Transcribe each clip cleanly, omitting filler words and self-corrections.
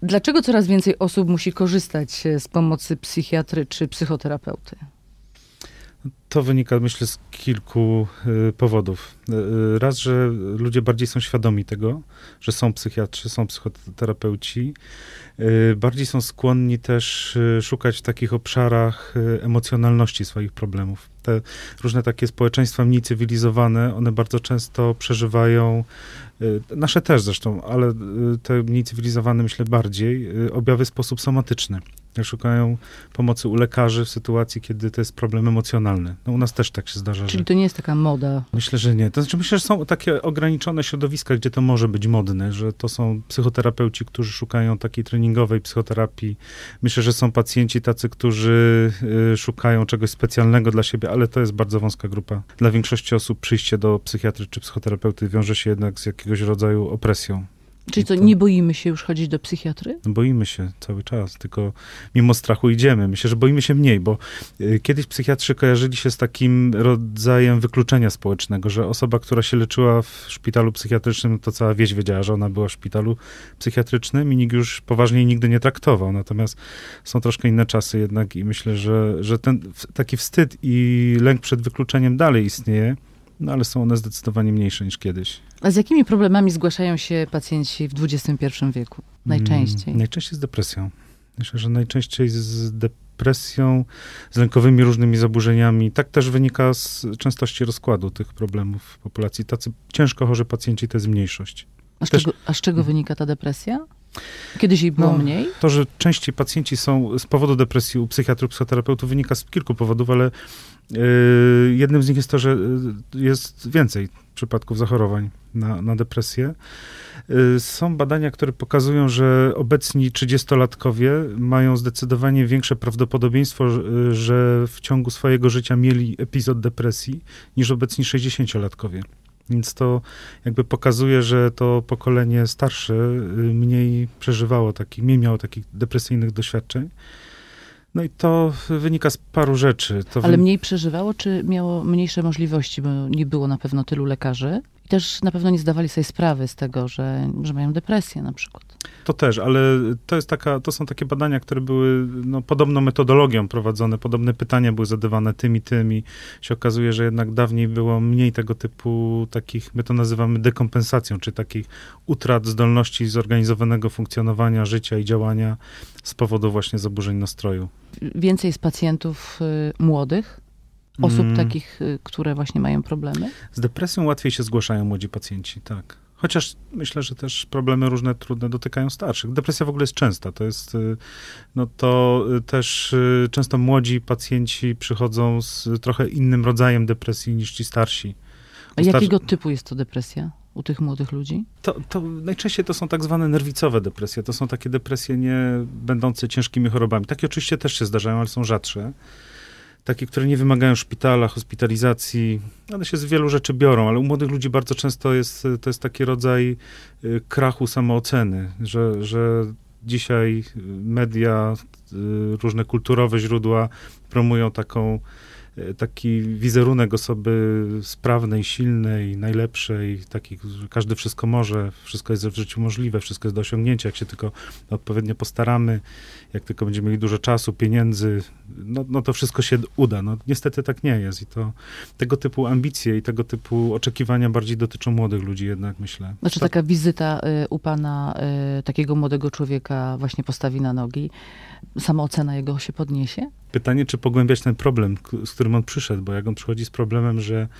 Dlaczego coraz więcej osób musi korzystać z pomocy psychiatry czy psychoterapeuty? To wynika, myślę, z kilku powodów. Raz, że ludzie bardziej są świadomi tego, że są psychiatrzy, są psychoterapeuci. Bardziej są skłonni też szukać w takich obszarach emocjonalności swoich problemów. Te różne takie społeczeństwa mniej cywilizowane, one bardzo często przeżywają, nasze też zresztą, ale te mniej cywilizowane, myślę, bardziej, objawy w sposób somatyczny. Szukają pomocy u lekarzy w sytuacji, kiedy to jest problem emocjonalny. No u nas też tak się zdarza. Czyli to nie jest taka moda? Myślę, że nie. To znaczy, myślę, że są takie ograniczone środowiska, gdzie to może być modne, że to są psychoterapeuci, którzy szukają takiej treningowej psychoterapii. Myślę, że są pacjenci tacy, którzy szukają czegoś specjalnego dla siebie, ale to jest bardzo wąska grupa. Dla większości osób przyjście do psychiatry czy psychoterapeuty wiąże się jednak z jakiegoś rodzaju opresją. Czyli co, nie boimy się już chodzić do psychiatry? Boimy się cały czas, tylko mimo strachu idziemy. Myślę, że boimy się mniej, bo kiedyś psychiatrzy kojarzyli się z takim rodzajem wykluczenia społecznego, że osoba, która się leczyła w szpitalu psychiatrycznym, to cała wieś wiedziała, że ona była w szpitalu psychiatrycznym i nikt już poważnie nigdy nie traktował. Natomiast są troszkę inne czasy jednak i myślę, że ten taki wstyd i lęk przed wykluczeniem dalej istnieje. No ale są one zdecydowanie mniejsze niż kiedyś. A z jakimi problemami zgłaszają się pacjenci w XXI wieku? Najczęściej? Najczęściej z depresją. Myślę, że najczęściej z depresją, z lękowymi różnymi zaburzeniami. Tak też wynika z częstości rozkładu tych problemów w populacji. Tacy ciężko chorzy pacjenci to jest mniejszość. A z czego wynika ta depresja? Kiedyś jej było mniej? To, że częściej pacjenci są z powodu depresji u psychiatrów, psychoterapeutów wynika z kilku powodów, ale jednym z nich jest to, że jest więcej przypadków zachorowań na depresję. Są badania, które pokazują, że obecni 30-latkowie mają zdecydowanie większe prawdopodobieństwo, że w ciągu swojego życia mieli epizod depresji, niż obecni 60-latkowie. Więc to jakby pokazuje, że to pokolenie starsze mniej przeżywało mniej miało takich depresyjnych doświadczeń. No i to wynika z paru rzeczy. Ale mniej przeżywało, czy miało mniejsze możliwości, bo nie było na pewno tylu lekarzy? I też na pewno nie zdawali sobie sprawy z tego, że mają depresję na przykład. To też, ale to są takie badania, które były podobną metodologią prowadzone, podobne pytania były zadawane tym i się okazuje, że jednak dawniej było mniej tego typu takich, my to nazywamy dekompensacją, czy takich utrat zdolności zorganizowanego funkcjonowania życia i działania z powodu właśnie zaburzeń nastroju. Więcej jest pacjentów młodych? Osób takich, które właśnie mają problemy? Z depresją łatwiej się zgłaszają młodzi pacjenci, tak. Chociaż myślę, że też problemy różne trudne dotykają starszych. Depresja w ogóle jest częsta. To jest, to też często młodzi pacjenci przychodzą z trochę innym rodzajem depresji niż ci starsi. A jakiego typu jest to depresja u tych młodych ludzi? To najczęściej to są tak zwane nerwicowe depresje. To są takie depresje nie będące ciężkimi chorobami. Takie oczywiście też się zdarzają, ale są rzadsze. Takie, które nie wymagają szpitala, hospitalizacji. One się z wielu rzeczy biorą, ale u młodych ludzi bardzo często to jest taki rodzaj krachu samooceny, że dzisiaj media, różne kulturowe źródła promują taki wizerunek osoby sprawnej, silnej, najlepszej, takiej, że każdy wszystko może, wszystko jest w życiu możliwe, wszystko jest do osiągnięcia, jak się tylko odpowiednio postaramy, jak tylko będziemy mieli dużo czasu, pieniędzy, no to wszystko się uda. No niestety tak nie jest i to tego typu ambicje i tego typu oczekiwania bardziej dotyczą młodych ludzi jednak, myślę. Znaczy taka wizyta u pana takiego młodego człowieka właśnie postawi na nogi, samoocena jego się podniesie? Pytanie, czy pogłębiać ten problem, z którym on przyszedł, bo jak on przychodzi z problemem,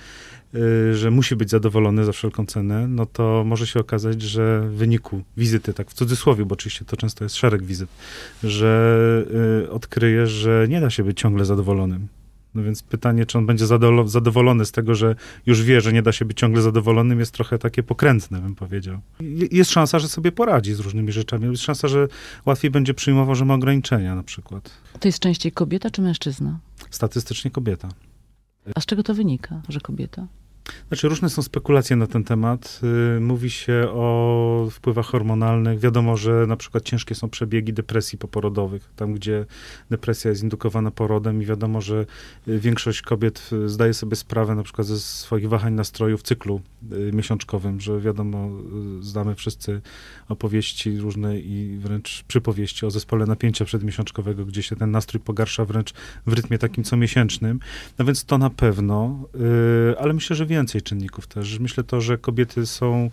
że musi być zadowolony za wszelką cenę, no to może się okazać, że w wyniku wizyty, tak w cudzysłowie, bo oczywiście to często jest szereg wizyt, że odkryje, że nie da się być ciągle zadowolonym. No więc pytanie, czy on będzie zadowolony z tego, że już wie, że nie da się być ciągle zadowolonym, jest trochę takie pokrętne, bym powiedział. Jest szansa, że sobie poradzi z różnymi rzeczami. Jest szansa, że łatwiej będzie przyjmował, że ma ograniczenia na przykład. To jest częściej kobieta czy mężczyzna? Statystycznie kobieta. A z czego to wynika, że kobieta? Znaczy, różne są spekulacje na ten temat. Mówi się o wpływach hormonalnych. Wiadomo, że na przykład ciężkie są przebiegi depresji poporodowych, tam gdzie depresja jest indukowana porodem i wiadomo, że większość kobiet zdaje sobie sprawę na przykład ze swoich wahań nastroju w cyklu miesiączkowym, że wiadomo, znamy wszyscy opowieści różne i wręcz przypowieści o zespole napięcia przedmiesiączkowego, gdzie się ten nastrój pogarsza wręcz w rytmie takim comiesięcznym. No więc to na pewno, ale myślę, że więcej czynników też. Myślę to, że kobiety są,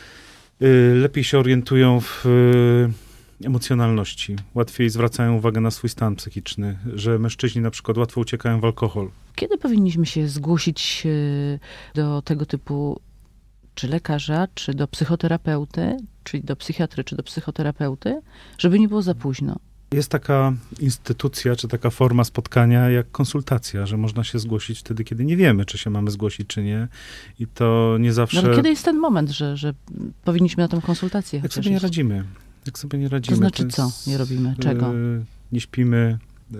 lepiej się orientują w emocjonalności, łatwiej zwracają uwagę na swój stan psychiczny, że mężczyźni na przykład łatwo uciekają w alkohol. Kiedy powinniśmy się zgłosić do tego typu czy lekarza, czy do psychoterapeuty, czyli do psychiatry, czy do psychoterapeuty, żeby nie było za późno? Jest taka instytucja, czy taka forma spotkania jak konsultacja, że można się zgłosić wtedy, kiedy nie wiemy, czy się mamy zgłosić, czy nie. I to nie zawsze... No, ale kiedy jest ten moment, że powinniśmy na tę konsultację Jak sobie nie radzimy. Jak sobie nie radzimy. To znaczy co nie robimy? Czego? Nie śpimy,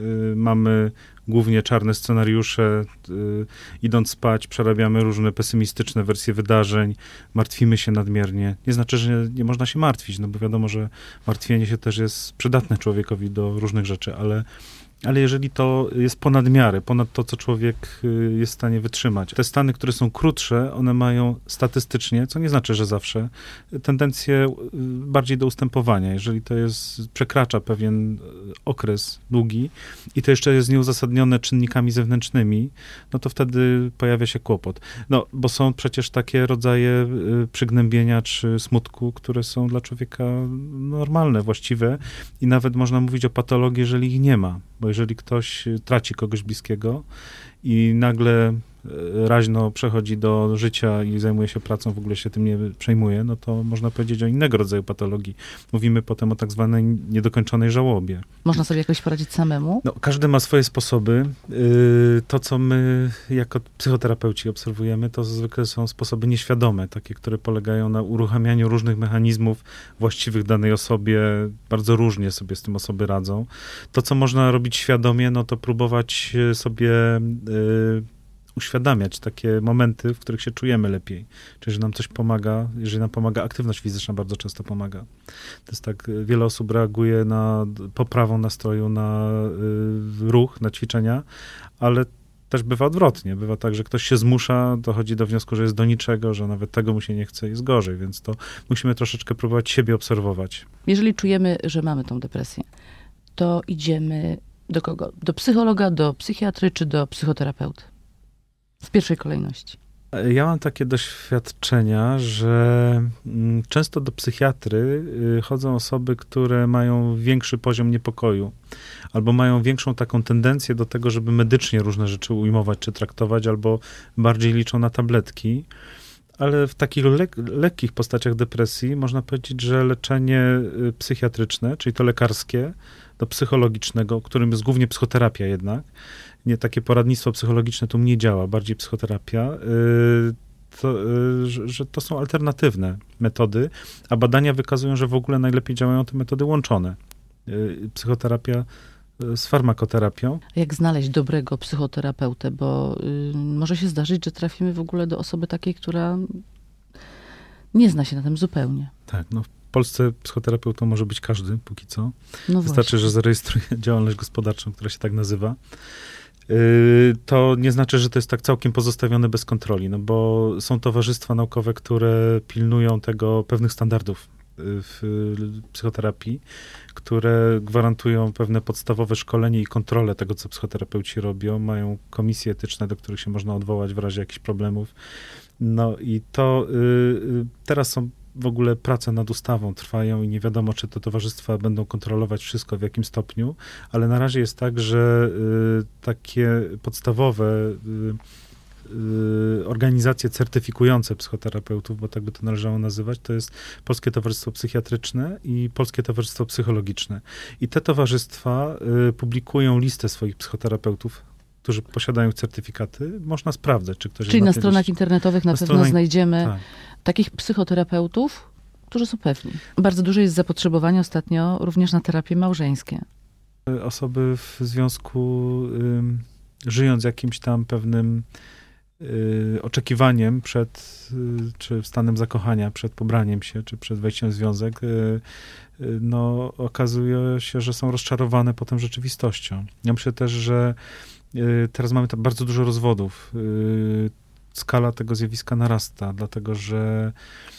mamy głównie czarne scenariusze, idąc spać, przerabiamy różne pesymistyczne wersje wydarzeń, martwimy się nadmiernie. Nie znaczy, że nie można się martwić, no bo wiadomo, że martwienie się też jest przydatne człowiekowi do różnych rzeczy, ale jeżeli to jest ponad miarę, ponad to, co człowiek jest w stanie wytrzymać. Te stany, które są krótsze, one mają statystycznie, co nie znaczy, że zawsze, tendencję bardziej do ustępowania. Jeżeli to przekracza pewien okres długi i to jeszcze jest nieuzasadnione czynnikami zewnętrznymi, no to wtedy pojawia się kłopot. No, bo są przecież takie rodzaje przygnębienia czy smutku, które są dla człowieka normalne, właściwe i nawet można mówić o patologii, jeżeli ich nie ma. Bo jeżeli ktoś traci kogoś bliskiego i nagle raźno przechodzi do życia i zajmuje się pracą, w ogóle się tym nie przejmuje, no to można powiedzieć o innego rodzaju patologii. Mówimy potem o tak zwanej niedokończonej żałobie. Można sobie jakoś poradzić samemu? No, każdy ma swoje sposoby. To, co my jako psychoterapeuci obserwujemy, to zwykle są sposoby nieświadome, takie, które polegają na uruchamianiu różnych mechanizmów właściwych danej osobie. Bardzo różnie sobie z tym osoby radzą. To, co można robić świadomie, no to próbować sobie uświadamiać takie momenty, w których się czujemy lepiej. Czyli, że nam coś pomaga, jeżeli nam pomaga, aktywność fizyczna bardzo często pomaga. To jest tak, wiele osób reaguje na poprawą nastroju, na ruch, na ćwiczenia, ale też bywa odwrotnie. Bywa tak, że ktoś się zmusza, dochodzi do wniosku, że jest do niczego, że nawet tego mu się nie chce, jest gorzej, więc to musimy troszeczkę próbować siebie obserwować. Jeżeli czujemy, że mamy tą depresję, to idziemy do kogo? Do psychologa, do psychiatry czy do psychoterapeuty? W pierwszej kolejności. Ja mam takie doświadczenia, że często do psychiatry chodzą osoby, które mają większy poziom niepokoju, albo mają większą taką tendencję do tego, żeby medycznie różne rzeczy ujmować czy traktować, albo bardziej liczą na tabletki. Ale w takich lekkich postaciach depresji można powiedzieć, że leczenie psychiatryczne, czyli to lekarskie, do psychologicznego, którym jest głównie psychoterapia jednak, nie takie poradnictwo psychologiczne tu nie działa, bardziej psychoterapia, że to są alternatywne metody, a badania wykazują, że w ogóle najlepiej działają te metody łączone. Psychoterapia z farmakoterapią. Jak znaleźć dobrego psychoterapeutę, bo może się zdarzyć, że trafimy w ogóle do osoby takiej, która nie zna się na tym zupełnie. Tak, no w Polsce psychoterapeutą może być każdy, póki co. No wystarczy, właśnie. że zarejestruje działalność gospodarczą, która się tak nazywa. To nie znaczy, że to jest tak całkiem pozostawione bez kontroli, no bo są towarzystwa naukowe, które pilnują tego pewnych standardów w psychoterapii, które gwarantują pewne podstawowe szkolenie i kontrolę tego, co psychoterapeuci robią. Mają komisje etyczne, do których się można odwołać w razie jakichś problemów. No i to teraz są w ogóle prace nad ustawą trwają i nie wiadomo, czy te towarzystwa będą kontrolować wszystko, w jakim stopniu, ale na razie jest tak, że takie podstawowe organizacje certyfikujące psychoterapeutów, bo tak by to należało nazywać, to jest Polskie Towarzystwo Psychiatryczne i Polskie Towarzystwo Psychologiczne. I te towarzystwa publikują listę swoich psychoterapeutów, którzy posiadają certyfikaty. Można sprawdzać, czy ktoś Czyli jest na tej stronach liście. internetowych na pewno znajdziemy Tak. takich psychoterapeutów, którzy są pewni. Bardzo duże jest zapotrzebowanie ostatnio również na terapie małżeńskie. Osoby w związku, żyjąc jakimś tam pewnym oczekiwaniem czy stanem zakochania przed pobraniem się, czy przed wejściem w związek, no okazuje się, że są rozczarowane potem rzeczywistością. Ja myślę też, że teraz mamy tam bardzo dużo rozwodów. Skala tego zjawiska narasta, dlatego że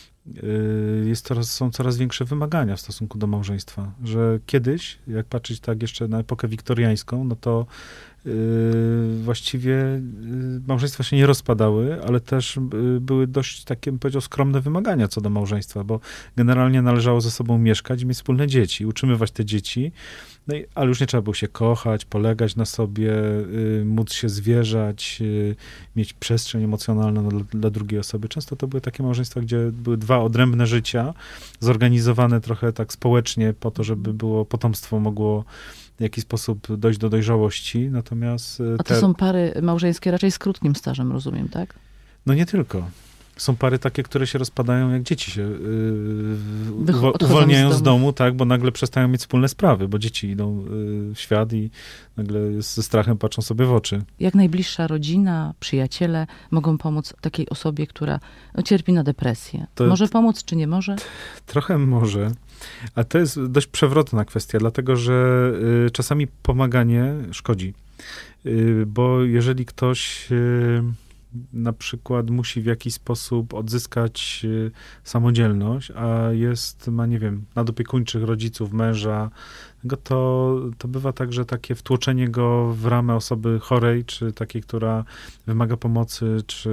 są coraz większe wymagania w stosunku do małżeństwa. Że kiedyś, jak patrzeć tak jeszcze na epokę wiktoriańską, no to właściwie małżeństwa się nie rozpadały, ale też były dość takie, bym powiedział, skromne wymagania co do małżeństwa, bo generalnie należało ze sobą mieszkać i mieć wspólne dzieci, utrzymywać te dzieci, no ale już nie trzeba było się kochać, polegać na sobie, móc się zwierzać, mieć przestrzeń emocjonalną dla drugiej osoby. Często to były takie małżeństwa, gdzie były dwa odrębne życia, zorganizowane trochę tak społecznie po to, żeby potomstwo mogło w jakiś sposób dojść do dojrzałości, natomiast... A to są pary małżeńskie raczej z krótkim stażem, rozumiem, tak? No nie tylko. Są pary takie, które się rozpadają, jak dzieci się uwalniają z domu, tak, bo nagle przestają mieć wspólne sprawy, bo dzieci idą w świat i nagle ze strachem patrzą sobie w oczy. Jak najbliższa rodzina, przyjaciele mogą pomóc takiej osobie, która cierpi na depresję? Może pomóc, czy nie może? Trochę może. A to jest dość przewrotna kwestia, dlatego że czasami pomaganie szkodzi. Bo jeżeli ktoś na przykład musi w jakiś sposób odzyskać samodzielność, a ma, nie wiem, nadopiekuńczych rodziców, męża, to bywa tak, że takie wtłoczenie go w ramę osoby chorej, czy takiej, która wymaga pomocy, czy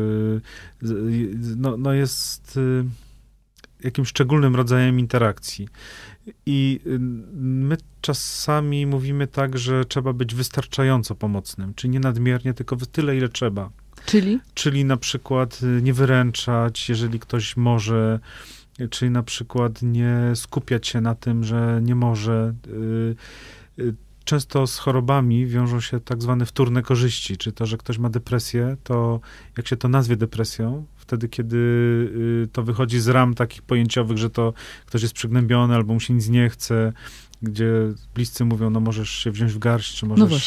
jest jakimś szczególnym rodzajem interakcji. I my czasami mówimy tak, że trzeba być wystarczająco pomocnym, czyli nie nadmiernie, tylko tyle, ile trzeba. Czyli na przykład nie wyręczać, jeżeli ktoś może, czyli na przykład nie skupiać się na tym, że nie może. Często z chorobami wiążą się tak zwane wtórne korzyści, czy to, że ktoś ma depresję, to jak się to nazwie depresją, wtedy, kiedy to wychodzi z ram takich pojęciowych, że to ktoś jest przygnębiony albo mu się nic nie chce, gdzie bliscy mówią, no możesz się wziąć w garść,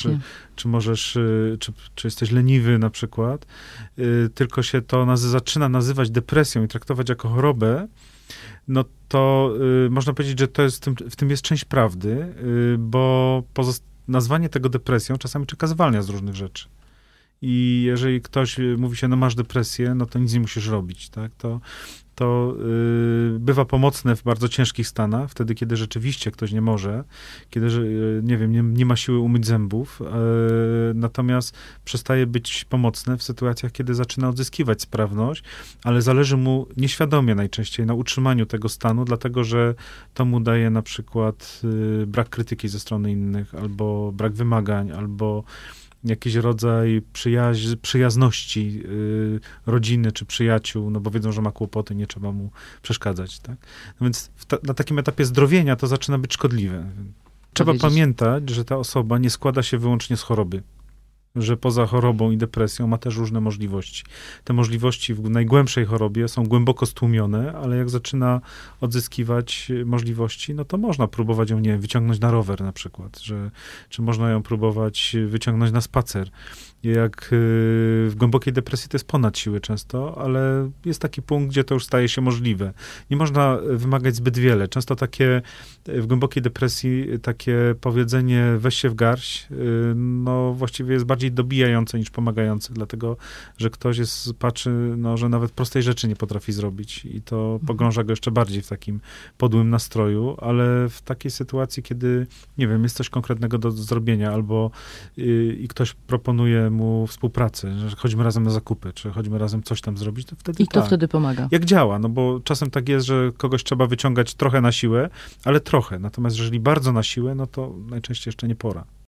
czy jesteś leniwy na przykład, tylko się to zaczyna nazywać depresją i traktować jako chorobę, no to można powiedzieć, że w tym jest część prawdy, bo nazwanie tego depresją czasami człowieka zwalnia z różnych rzeczy. I jeżeli ktoś mówi się, no masz depresję, no to nic nie musisz robić, tak? To bywa pomocne w bardzo ciężkich stanach, wtedy, kiedy rzeczywiście ktoś nie może, kiedy, nie wiem, nie ma siły umyć zębów, natomiast przestaje być pomocne w sytuacjach, kiedy zaczyna odzyskiwać sprawność, ale zależy mu nieświadomie najczęściej na utrzymaniu tego stanu, dlatego, że to mu daje na przykład brak krytyki ze strony innych, albo brak wymagań, albo jakiś rodzaj przyjazności rodziny czy przyjaciół, no bo wiedzą, że ma kłopoty, nie trzeba mu przeszkadzać, tak? No więc na takim etapie zdrowienia to zaczyna być szkodliwe. Trzeba pamiętać, że ta osoba nie składa się wyłącznie z choroby, że poza chorobą i depresją ma też różne możliwości. Te możliwości w najgłębszej chorobie są głęboko stłumione, ale jak zaczyna odzyskiwać możliwości, no to można próbować ją, nie wiem, wyciągnąć na rower na przykład, czy można ją próbować wyciągnąć na spacer. Jak w głębokiej depresji to jest ponad siły często, ale jest taki punkt, gdzie to już staje się możliwe. Nie można wymagać zbyt wiele. Często w głębokiej depresji takie powiedzenie weź się w garść, no właściwie jest bardziej dobijające niż pomagające, dlatego, że ktoś patrzy, no, że nawet prostej rzeczy nie potrafi zrobić i to pogrąża go jeszcze bardziej w takim podłym nastroju, ale w takiej sytuacji, kiedy, nie wiem, jest coś konkretnego do zrobienia albo i ktoś proponuje mu współpracę, że chodźmy razem na zakupy, czy chodźmy razem coś tam zrobić, to wtedy wtedy pomaga. Jak działa, no bo czasem tak jest, że kogoś trzeba wyciągać trochę na siłę, ale trochę. Natomiast jeżeli bardzo na siłę, no to najczęściej jeszcze nie pora.